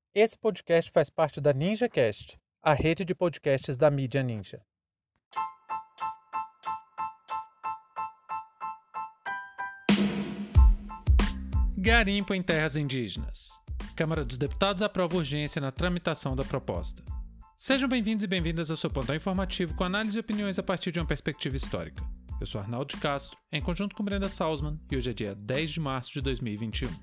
Esse podcast faz parte da NinjaCast, a rede de podcasts da mídia Ninja. Garimpo em terras indígenas. Câmara dos Deputados aprova urgência na tramitação da proposta. Sejam bem-vindos e bem-vindas ao seu plantão informativo com análise e opiniões a partir de uma perspectiva histórica. Eu sou Arnaldo de Castro, em conjunto com Brenda Salzman, e hoje é dia 10 de março de 2021.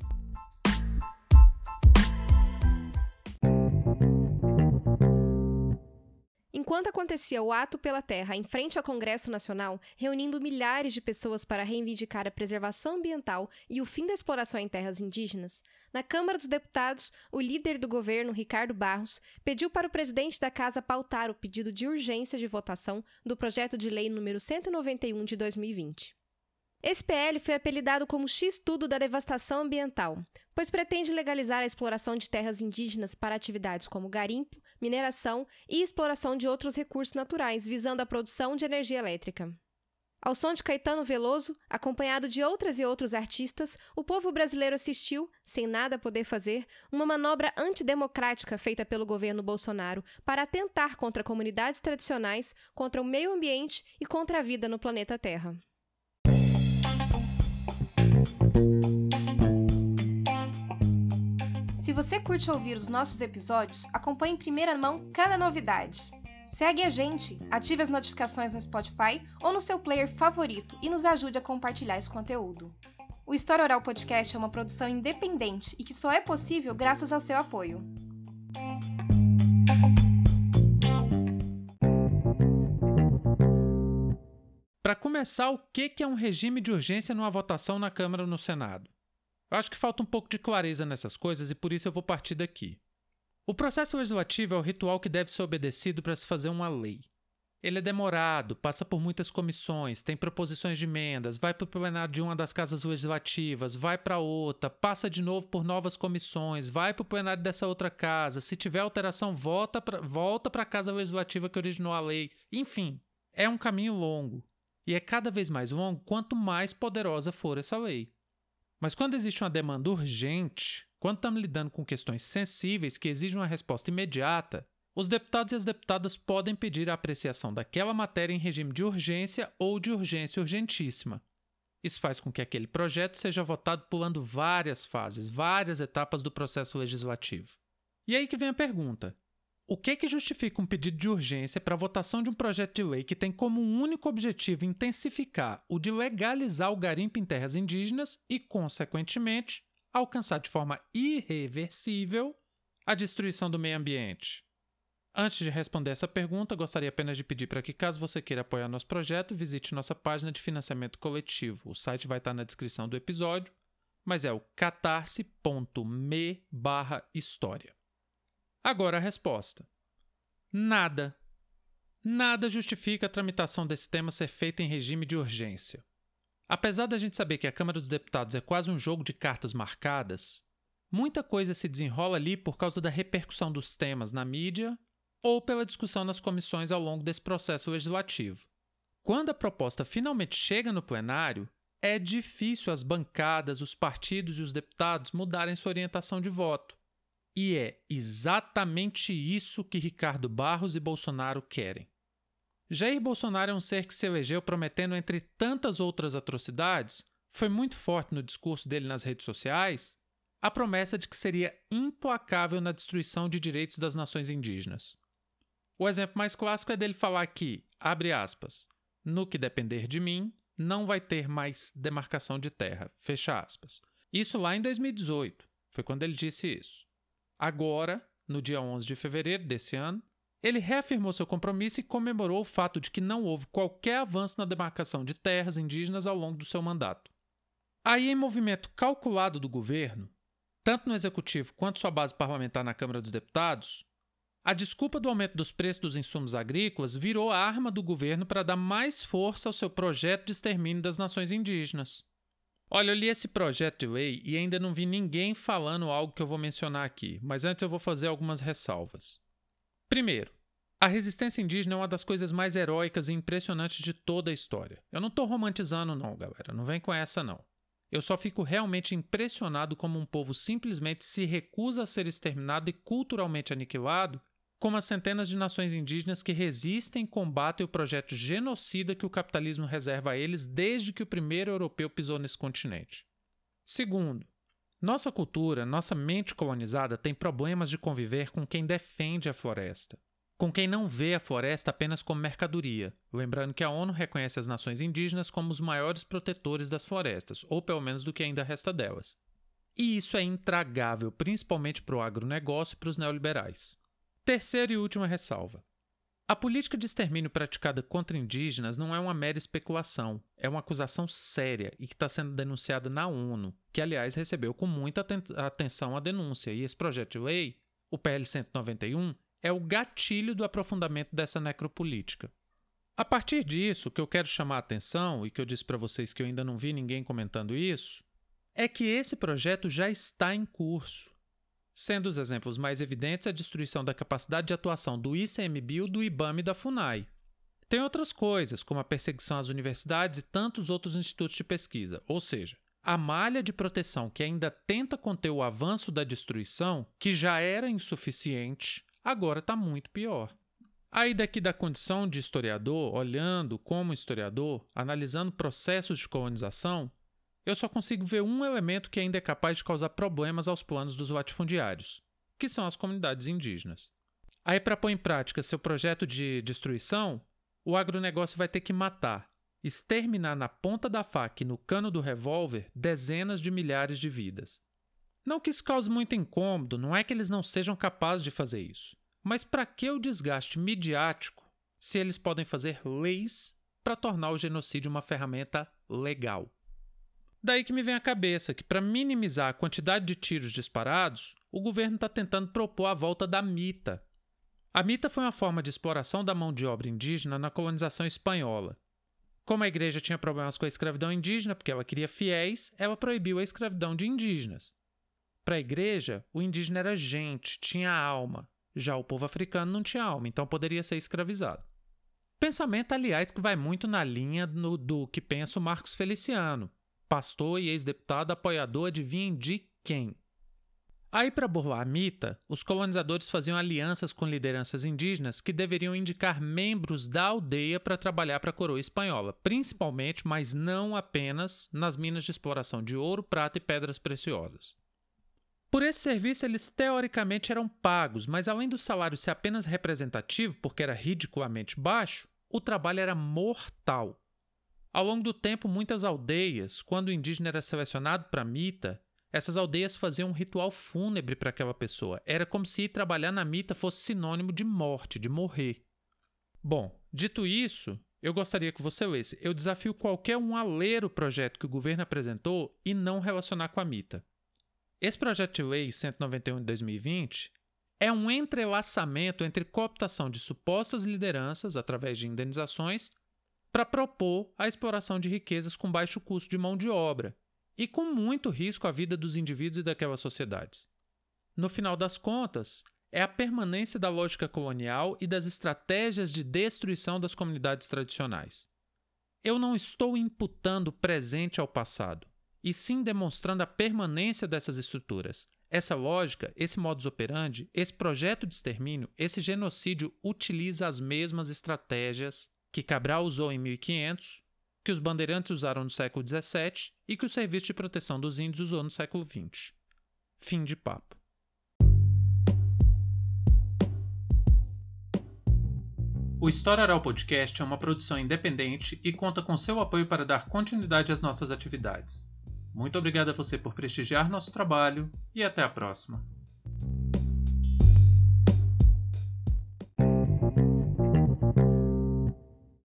Enquanto acontecia o ato pela terra em frente ao Congresso Nacional, reunindo milhares de pessoas para reivindicar a preservação ambiental e o fim da exploração em terras indígenas, na Câmara dos Deputados, o líder do governo, Ricardo Barros, pediu para o presidente da Casa pautar o pedido de urgência de votação do projeto de lei número 191 de 2020. Esse PL foi apelidado como X-Tudo da devastação ambiental, pois pretende legalizar a exploração de terras indígenas para atividades como garimpo, mineração e exploração de outros recursos naturais, visando a produção de energia elétrica. Ao som de Caetano Veloso, acompanhado de outras e outros artistas, o povo brasileiro assistiu, sem nada poder fazer, uma manobra antidemocrática feita pelo governo Bolsonaro para atentar contra comunidades tradicionais, contra o meio ambiente e contra a vida no planeta Terra. Se você curte ouvir os nossos episódios, acompanhe em primeira mão cada novidade. Segue a gente, ative as notificações no Spotify ou no seu player favorito e nos ajude a compartilhar esse conteúdo. O História Oral Podcast é uma produção independente e que só é possível graças ao seu apoio. Para começar, o que é um regime de urgência numa votação na Câmara ou no Senado? Eu acho que falta um pouco de clareza nessas coisas e por isso eu vou partir daqui. O processo legislativo é o ritual que deve ser obedecido para se fazer uma lei. Ele é demorado, passa por muitas comissões, tem proposições de emendas, vai para o plenário de uma das casas legislativas, vai para outra, passa de novo por novas comissões, vai para o plenário dessa outra casa, se tiver alteração, volta para a casa legislativa que originou a lei. Enfim, é um caminho longo. E é cada vez mais longo quanto mais poderosa for essa lei. Mas quando existe uma demanda urgente, quando estamos lidando com questões sensíveis que exigem uma resposta imediata, os deputados e as deputadas podem pedir a apreciação daquela matéria em regime de urgência ou de urgência urgentíssima. Isso faz com que aquele projeto seja votado pulando várias fases, várias etapas do processo legislativo. E aí que vem a pergunta. O que justifica um pedido de urgência para a votação de um projeto de lei que tem como único objetivo intensificar o de legalizar o garimpo em terras indígenas e, consequentemente, alcançar de forma irreversível a destruição do meio ambiente? Antes de responder essa pergunta, gostaria apenas de pedir para que, caso você queira apoiar nosso projeto, visite nossa página de financiamento coletivo. O site vai estar na descrição do episódio, mas é o catarse.me/história. Agora a resposta. Nada. Nada justifica a tramitação desse tema ser feita em regime de urgência. Apesar da gente saber que a Câmara dos Deputados é quase um jogo de cartas marcadas, muita coisa se desenrola ali por causa da repercussão dos temas na mídia ou pela discussão nas comissões ao longo desse processo legislativo. Quando a proposta finalmente chega no plenário, é difícil as bancadas, os partidos e os deputados mudarem sua orientação de voto. E é exatamente isso que Ricardo Barros e Bolsonaro querem. Jair Bolsonaro é um ser que se elegeu prometendo, entre tantas outras atrocidades, foi muito forte no discurso dele nas redes sociais, a promessa de que seria implacável na destruição de direitos das nações indígenas. O exemplo mais clássico é dele falar que, abre aspas, no que depender de mim, não vai ter mais demarcação de terra, fecha aspas. Isso lá em 2018, foi quando ele disse isso. Agora, no dia 11 de fevereiro desse ano, ele reafirmou seu compromisso e comemorou o fato de que não houve qualquer avanço na demarcação de terras indígenas ao longo do seu mandato. Aí, em movimento calculado do governo, tanto no Executivo quanto sua base parlamentar na Câmara dos Deputados, a desculpa do aumento dos preços dos insumos agrícolas virou a arma do governo para dar mais força ao seu projeto de extermínio das nações indígenas. Olha, eu li esse projeto de lei e ainda não vi ninguém falando algo que eu vou mencionar aqui, mas antes eu vou fazer algumas ressalvas. Primeiro, a resistência indígena é uma das coisas mais heróicas e impressionantes de toda a história. Eu não estou romantizando não, galera, não vem com essa não. Eu só fico realmente impressionado como um povo simplesmente se recusa a ser exterminado e culturalmente aniquilado, como as centenas de nações indígenas que resistem e combatem o projeto genocida que o capitalismo reserva a eles desde que o primeiro europeu pisou nesse continente. Segundo, nossa cultura, nossa mente colonizada tem problemas de conviver com quem defende a floresta, com quem não vê a floresta apenas como mercadoria, lembrando que a ONU reconhece as nações indígenas como os maiores protetores das florestas, ou pelo menos do que ainda resta delas. E isso é intragável, principalmente para o agronegócio e para os neoliberais. Terceira e última ressalva. A política de extermínio praticada contra indígenas não é uma mera especulação, é uma acusação séria e que está sendo denunciada na ONU, que, aliás, recebeu com muita atenção a denúncia, e esse projeto de lei, o PL 191, é o gatilho do aprofundamento dessa necropolítica. A partir disso, o que eu quero chamar a atenção, e que eu disse para vocês que eu ainda não vi ninguém comentando isso, é que esse projeto já está em curso, sendo os exemplos mais evidentes a destruição da capacidade de atuação do ICMBio, do IBAMA e da FUNAI. Tem outras coisas, como a perseguição às universidades e tantos outros institutos de pesquisa, ou seja, a malha de proteção que ainda tenta conter o avanço da destruição, que já era insuficiente, agora está muito pior. Aí daqui da condição de historiador, olhando como historiador, analisando processos de colonização, eu só consigo ver um elemento que ainda é capaz de causar problemas aos planos dos latifundiários, que são as comunidades indígenas. Aí, para pôr em prática seu projeto de destruição, o agronegócio vai ter que matar, exterminar na ponta da faca e no cano do revólver dezenas de milhares de vidas. Não que isso cause muito incômodo, não é que eles não sejam capazes de fazer isso, mas para que o desgaste midiático se eles podem fazer leis para tornar o genocídio uma ferramenta legal? Daí que me vem à cabeça que, para minimizar a quantidade de tiros disparados, o governo está tentando propor a volta da mita. A mita foi uma forma de exploração da mão de obra indígena na colonização espanhola. Como a igreja tinha problemas com a escravidão indígena porque ela queria fiéis, ela proibiu a escravidão de indígenas. Para a igreja, o indígena era gente, tinha alma. Já o povo africano não tinha alma, então poderia ser escravizado. Pensamento, aliás, que vai muito na linha do que pensa o Marcos Feliciano, pastor e ex-deputado apoiador, adivinhem de quem? Aí, para burlar a mita, os colonizadores faziam alianças com lideranças indígenas que deveriam indicar membros da aldeia para trabalhar para a coroa espanhola, principalmente, mas não apenas, nas minas de exploração de ouro, prata e pedras preciosas. Por esse serviço, eles teoricamente eram pagos, mas além do salário ser apenas representativo, porque era ridiculamente baixo, o trabalho era mortal. Ao longo do tempo, muitas aldeias, quando o indígena era selecionado para a mita, essas aldeias faziam um ritual fúnebre para aquela pessoa. Era como se ir trabalhar na mita fosse sinônimo de morte, de morrer. Bom, dito isso, eu gostaria que você lesse. Eu desafio qualquer um a ler o projeto que o governo apresentou e não relacionar com a mita. Esse projeto de lei 191 de 2020 é um entrelaçamento entre cooptação de supostas lideranças através de indenizações para propor a exploração de riquezas com baixo custo de mão de obra e com muito risco à vida dos indivíduos e daquelas sociedades. No final das contas, é a permanência da lógica colonial e das estratégias de destruição das comunidades tradicionais. Eu não estou imputando o presente ao passado, e sim demonstrando a permanência dessas estruturas. Essa lógica, esse modus operandi, esse projeto de extermínio, esse genocídio utiliza as mesmas estratégias que Cabral usou em 1500, que os bandeirantes usaram no século XVII e que o Serviço de Proteção dos Índios usou no século XX. Fim de papo. O História Oral Podcast é uma produção independente e conta com seu apoio para dar continuidade às nossas atividades. Muito obrigado a você por prestigiar nosso trabalho e até a próxima.